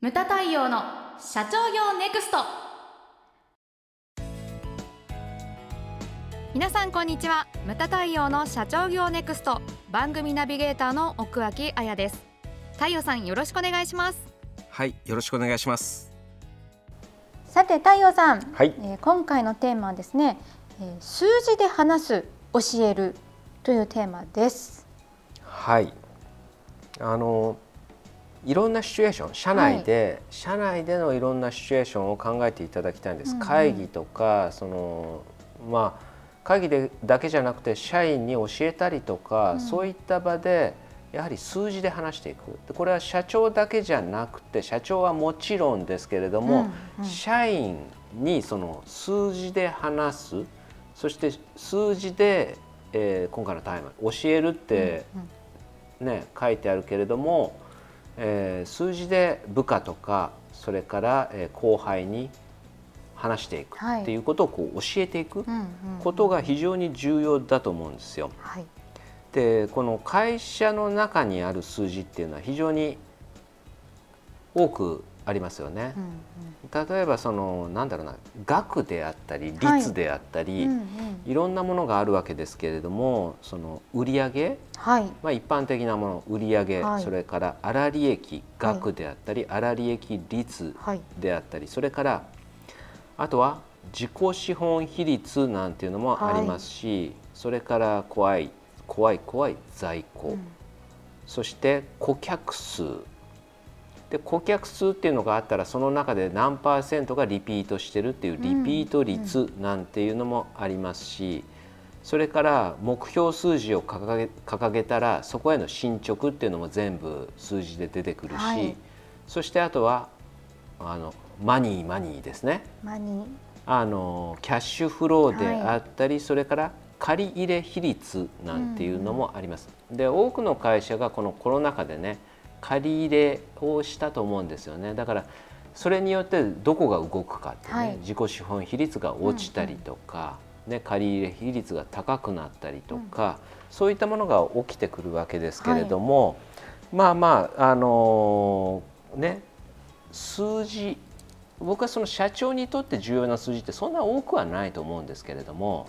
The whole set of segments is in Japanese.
ムタ太陽の社長業ネクスト。皆さんこんにちは。ムタ太陽の社長業ネクスト番組ナビゲーターの奥脇彩です。太陽さん、よろしくお願いします。 はい、よろしくお願いします。 さて太陽さん、 はい、 今回のテーマはですね、数字で話す、教えるというテーマです。 はい、いろんなシチュエーション、社内でのいろんなシチュエーションを考えていただきたいんです。会議とか会議だけじゃなくて社員に教えたりとか、そういった場でやはり数字で話していく。でこれは社長だけじゃなくて、社長はもちろんですけれども、社員にその数字で話す、そして数字で、今回のテーマ教えるって書いてあるけれども、数字で部下とかそれから、後輩に話していくっていうことを教えていくことが非常に重要だと思うんですよ。でこの会社の中にある数字っていうのは非常に多くありますよね。例えば額であったり率であったり、いろんなものがあるわけですけれども、その売上、一般的なもの売上、それから粗利益額であったり、粗利益率であったり、それからあとは自己資本比率なんていうのもありますし、それから怖い在庫、そして顧客数で、顧客数っていうのがあったらその中で何%がリピートしてるっていうリピート率なんていうのもありますし、それから目標数字を掲げたらそこへの進捗っていうのも全部数字で出てくるし、そしてあとはマニーですね。キャッシュフローであったり、それから借入比率なんていうのもあります。で多くの会社がこのコロナ禍でね、借り入れをしたと思うんですよね。だからそれによってどこが動くかってね、自己資本比率が落ちたりとか、借り入れ比率が高くなったりとか、そういったものが起きてくるわけですけれども、数字、僕はその社長にとって重要な数字ってそんな多くはないと思うんですけれども、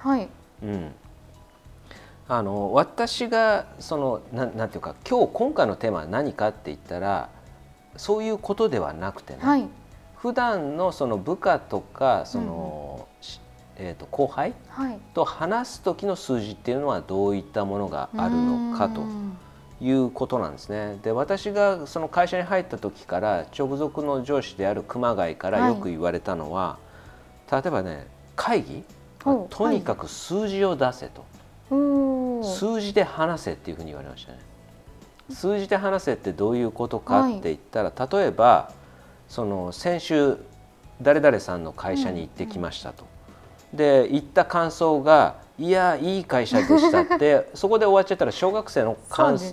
私がなんていうか、今回のテーマは何かって言ったらそういうことではなくてね、普段のその部下とか後輩と話す時の数字っていうのはどういったものがあるのかということなんですね。で私がその会社に入った時から直属の上司である熊谷からよく言われたのは、例えばね、会議とにかく数字を出せと、数字で話せっていうふうに言われましたね。数字で話せってどういうことかって言ったら、例えば先週誰々さんの会社に行ってきましたと、で行った感想がいやいい会社でしたってそこで終わっちゃったら小学生の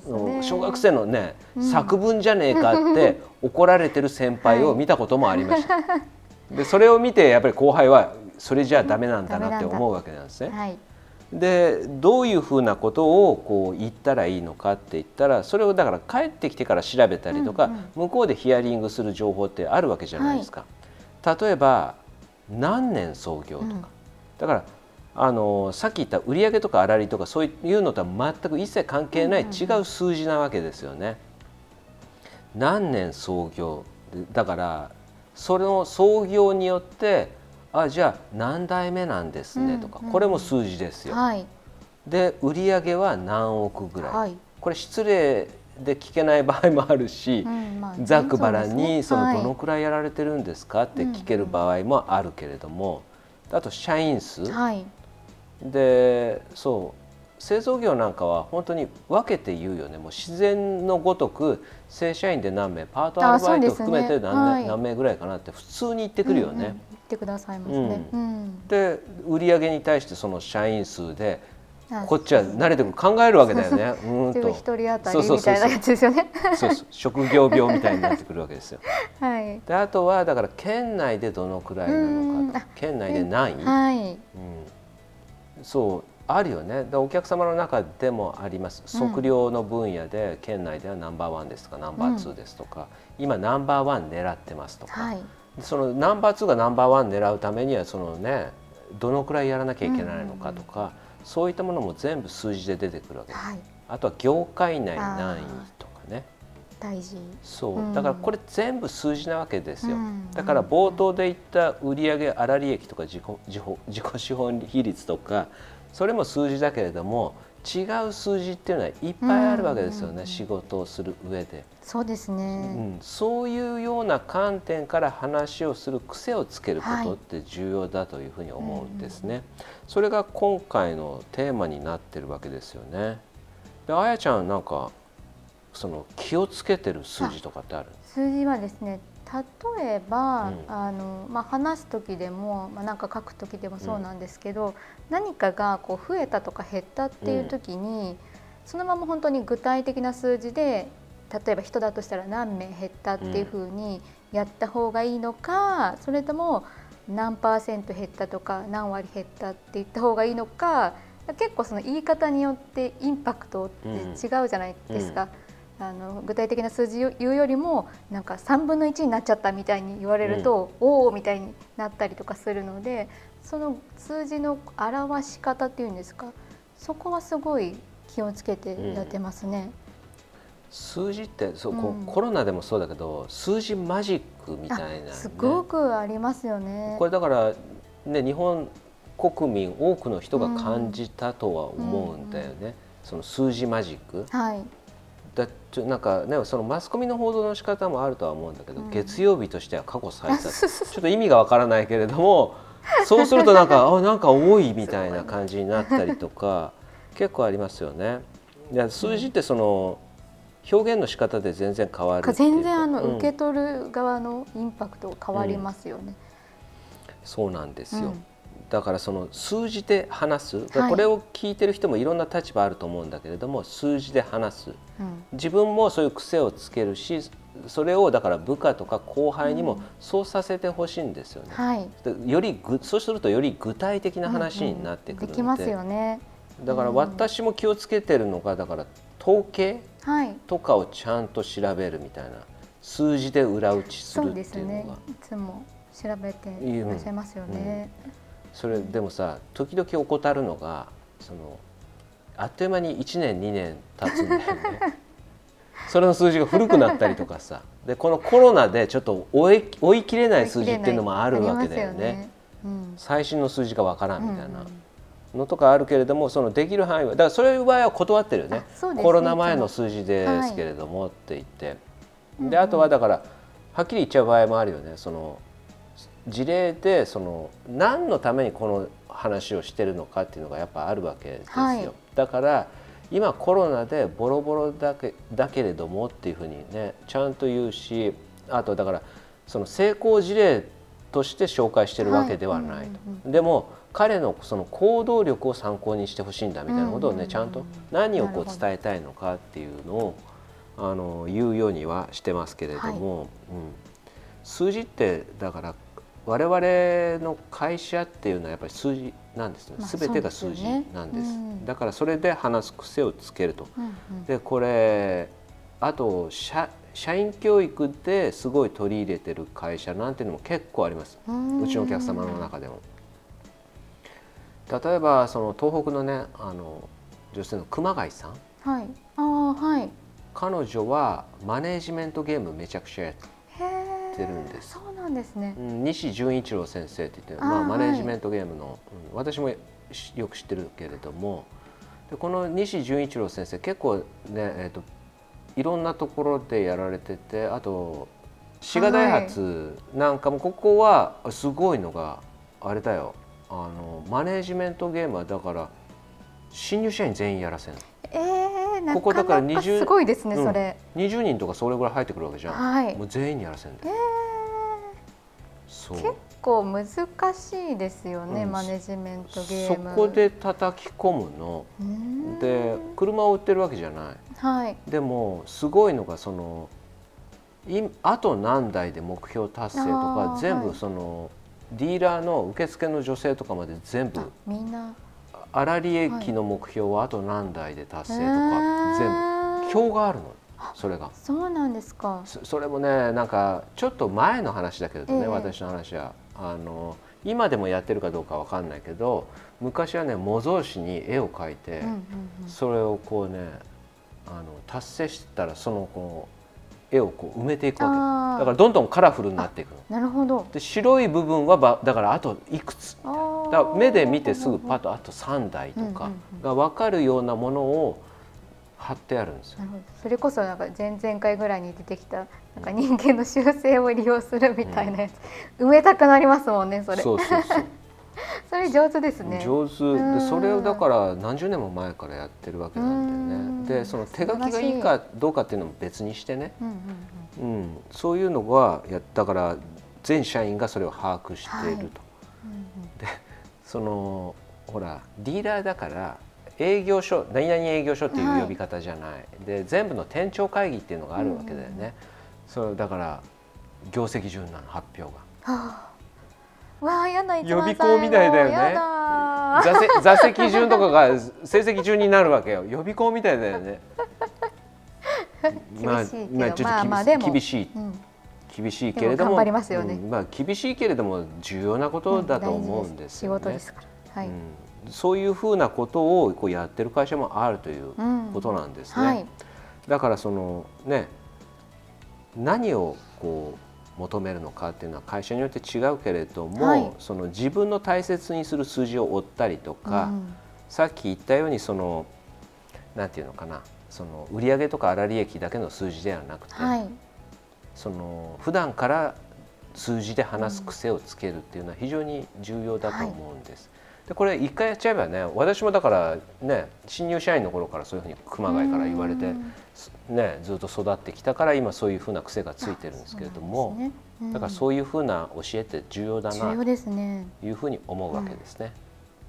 作文じゃねえかって怒られてる先輩を見たこともありました。でそれを見てやっぱり後輩はそれじゃダメなんだなって思うわけなんですね。でどういうふうなことを言ったらいいのかって言ったら、それをだから帰ってきてから調べたりとか、向こうでヒアリングする情報ってあるわけじゃないですか。例えば何年創業とか、だからさっき言った売上とか粗利とかそういうのとは全く一切関係ない違う数字なわけですよね。何年創業だから、その創業によってじゃあ何代目なんですねとか、これも数字ですよ。で売上は何億ぐらい、これ失礼で聞けない場合もあるし、ざっくばらんにどのくらいやられてるんですかって聞ける場合もあるけれども、あと社員数、で製造業なんかは本当に分けて言うよね。もう自然のごとく正社員で何名、パートアルバイト含めて何名ぐらいかなって普通に言ってくるよね。 言ってくださいますね。 で売上に対してその社員数でこっちは慣れてくる考えるわけだよね。 一人当たりみたいなやつですよね。 職業病みたいになってくるわけですよ。であとはだから県内でどのくらいなのかと、県内で何位、 あるよね。お客様の中でもあります。測量の分野で県内ではナンバーワンですとかナンバーツーですとか、今ナンバーワン狙ってますとか、そのナンバーツーがナンバーワン狙うためにはそのね、どのくらいやらなきゃいけないのかとか、そういったものも全部数字で出てくるわけです。あとは業界内何位とかね。 大事。 そう、だからこれ全部数字なわけですよ。だから冒頭で言った売上粗利益とか自己資本比率とか、それも数字だけれども違う数字っていうのはいっぱいあるわけですよね、仕事をする上で。 そうですね、 そういうような観点から話をする癖をつけることって重要だというふうに思うんですね。それが今回のテーマになってるわけですよね。で、あやちゃんなんかその気をつけてる数字とかってある？ 数字はですね、例えば、話す時でも、なんか書く時でもそうなんですけど、何かがこう増えたとか減ったっていう時に、そのまま本当に具体的な数字で、例えば人だとしたら何名減ったっていうふうにやった方がいいのか、それとも何%減ったとか何割減ったって言った方がいいのか、結構その言い方によってインパクトって違うじゃないですか。具体的な数字を言うよりもなんか3分の1になっちゃったみたいに言われると、おおみたいになったりとかするので、その数字の表し方っていうんですか、そこはすごい気をつけてやってますね。 数字ってコロナでもそうだけど、数字マジックみたいな、ね、 すごくありますよね。 これだから、ね、日本国民多くの人が感じたとは思うんだよね、その数字マジック。なんかね、そのマスコミの報道の仕方もあるとは思うんだけど、月曜日としては過去最多ちょっと意味がわからないけれどもそうするとなんか多いみたいな感じになったりとか結構ありますよね。数字ってその表現の仕方で全然変わるっていうか、 全然受け取る側のインパクトが変わりますよね。 そうなんですよ。だからその数字で話す、これを聞いてる人もいろんな立場あると思うんだけれども、数字で話す、自分もそういう癖をつけるし、それをだから部下とか後輩にもそうさせてほしいんですよね。そうするとより具体的な話になってくるので、 できますよね。 だから私も気をつけてるのが、だから統計とかをちゃんと調べるみたいな、数字で裏打ちするっていうのが。そうですね、 いつも調べていらっしゃいますよね。 それでもさ、時々怠るのが、あっという間に1年2年経つんだよねそれの数字が古くなったりとかさ、でこのコロナでちょっと追い切れない数字っていうのもあるわけだよね。最新の数字がわからんみたいなのとかあるけれども、そのできる範囲は、だからそういう場合は断ってるよね。コロナ前の数字ですけれどもって言って、であとはだからはっきり言っちゃう場合もあるよね。その事例で何のためにこの話をしてるのかっていうのがやっぱあるわけですよ。だから今コロナでボロボロだけれどもっていうふうにね、ちゃんと言うし、あとだからその成功事例として紹介してるわけではないと。でも彼のその行動力を参考にしてほしいんだみたいなことをね、ちゃんと何を伝えたいのかっていうのを言うようにはしてますけれども、数字ってだから我々の会社っていうのはやっぱり数字なんですね。全てが数字なんです。だからそれで話す癖をつけると。でこれあと社員教育ですごい取り入れてる会社なんていうのも結構あります。うちのお客様の中でも。例えばその東北のね、女性の熊谷さん。彼女はマネージメントゲームめちゃくちゃやってるんです。 そうなんですね。 西純一郎先生って言って、マネージメントゲームの、私もよく知ってるけれども、でこの西純一郎先生結構ね、いろんなところでやられてて、あと滋賀大発なんかも、ここはすごいのがあれだよ、マネージメントゲームはだから新入社員全員やらせるの。ここだから20、 すごいですね、それ。 20人とかそれぐらい入ってくるわけじゃん。もう全員にやらせるんだよ。 結構難しいですよね、マネジメントゲーム。 そこで叩き込むので、車を売ってるわけじゃない。でもすごいのが、あと何台で目標達成とか全部そのディーラーの受付の女性とかまで全部粗利益の目標はあと何台で達成とか全部表があるの。それがそうなんですか。 それもね、なんかちょっと前の話だけどね、私の話は今でもやってるかどうかわかんないけど、昔はね模造紙に絵を描いて、それをこうね達成したらそのこう絵をこう埋めていくわけだからどんどんカラフルになっていくの。 なるほど。 で白い部分はだからあといくつだから目で見てすぐパッとあと3台とかが分かるようなものを貼ってあるんですよ。 なるほど。それこそなんか前々回ぐらいに出てきたなんか人間の習性を利用するみたいなやつ、埋めたくなりますもんね、それ。 そうそうそうそれ上手ですね。 上手で、それをだから何十年も前からやってるわけなんだよね。でその手書きがいいかどうかっていうのも別にしてね、そういうのがだから全社員がそれを把握していると。でそのほらディーラーだから営業所、何々営業所っていう呼び方じゃない、で全部の店長会議っていうのがあるわけだよね。それだから業績順なの、発表が。 わあ、やだ、 予備校みたいだよね。座席順とかが成績順になるわけよ。予備校みたいだよね。厳しいけれども、 頑張りますよね。 厳しいけれども重要なことだと思うんですよね。 仕事ですから。 そういうふうなことをこうやってる会社もあるということなんですね。だからそのね、何をこう求めるのかっていうのは会社によって違うけれども、その自分の大切にする数字を追ったりとか、さっき言ったようにそのなんていうのかな、その売上とか粗利益だけの数字ではなくて、その普段から数字で話す癖をつけるっていうのは非常に重要だと思うんです。でこれ一回やっちゃえばね、私もだからね、新入社員の頃からそういうふうに熊谷から言われてね、ずっと育ってきたから今そういうふうな癖がついてるんですけれども、だからそういうふうな教えって重要だなというふうに思うわけですね。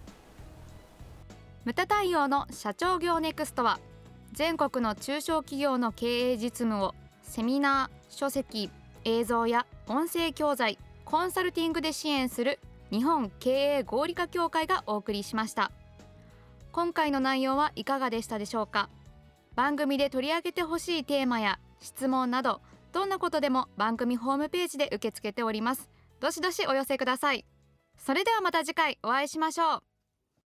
ムタ太陽の社長業ネクストは、全国の中小企業の経営実務をセミナー、書籍、映像や音声教材、コンサルティングで支援する日本経営合理化協会がお送りしました。今回の内容はいかがでしたでしょうか。番組で取り上げてほしいテーマや質問など、どんなことでも番組ホームページで受け付けております。どしどしお寄せください。それではまた次回お会いしましょう。